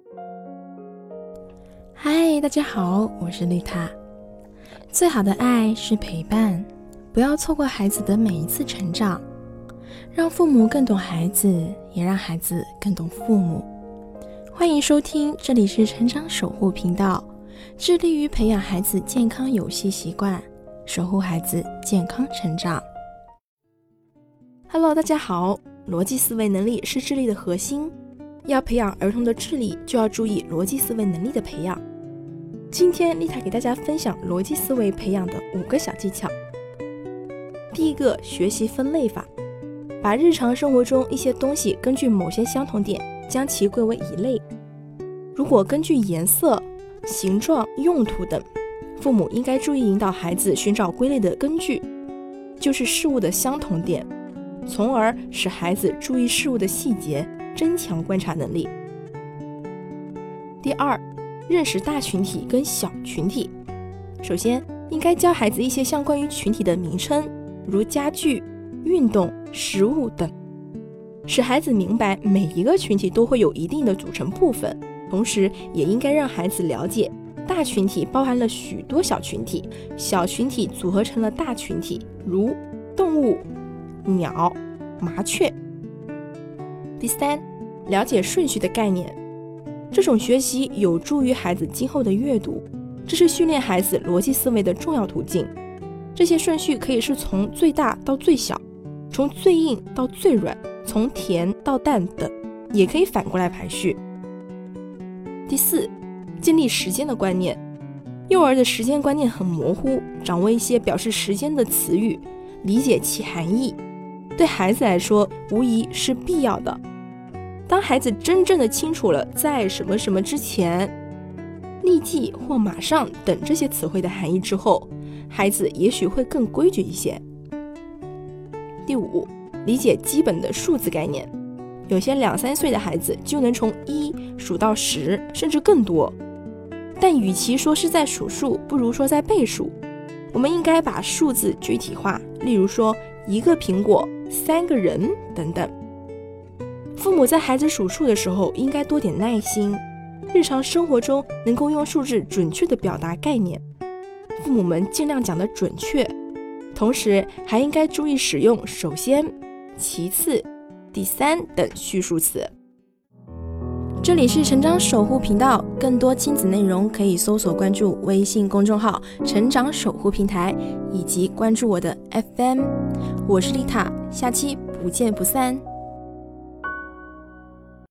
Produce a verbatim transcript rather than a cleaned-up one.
嗨，大家好，我是丽塔。最好的爱是陪伴，不要错过孩子的每一次成长，让父母更懂孩子，也让孩子更懂父母。欢迎收听，这里是成长守护频道，致力于培养孩子健康有序习惯，守护孩子健康成长。Hello， 大家好。逻辑思维能力是智力的核心，要培养儿童的智力，就要注意逻辑思维能力的培养。今天丽塔给大家分享逻辑思维培养的五个小技巧。第一个，学习分类法，把日常生活中一些东西根据某些相同点，将其归为一类。如果根据颜色、形状、用途等，父母应该注意引导孩子寻找归类的根据，就是事物的相同点，从而使孩子注意事物的细节，增强观察能力。第二，认识大群体跟小群体。首先，应该教孩子一些相关于群体的名称，如家具、运动、食物等，使孩子明白每一个群体都会有一定的组成部分。同时，也应该让孩子了解，大群体包含了许多小群体，小群体组合成了大群体，如动物、鸟、麻雀。第三，了解顺序的概念。这种学习有助于孩子今后的阅读，这是训练孩子逻辑思维的重要途径。这些顺序可以是从最大到最小，从最硬到最软，从甜到淡等，也可以反过来排序。第四，建立时间的观念。幼儿的时间观念很模糊，掌握一些表示时间的词语，理解其含义，对孩子来说无疑是必要的。当孩子真正的清楚了在什么什么之前、立即或马上等这些词汇的含义之后，孩子也许会更规矩一些。第五，理解基本的数字概念。有些两三岁的孩子就能从一数到十，甚至更多。但与其说是在数数，不如说在背数。我们应该把数字具体化，例如说一个苹果、三个人等等。父母在孩子数数的时候应该多点耐心，日常生活中能够用数字准确地表达概念，父母们尽量讲得准确，同时还应该注意使用首先、其次、第三等序数词。这里是成长守护频道，更多亲子内容可以搜索关注微信公众号成长守护平台，以及关注我的 F M。 我是丽塔，下期不见不散。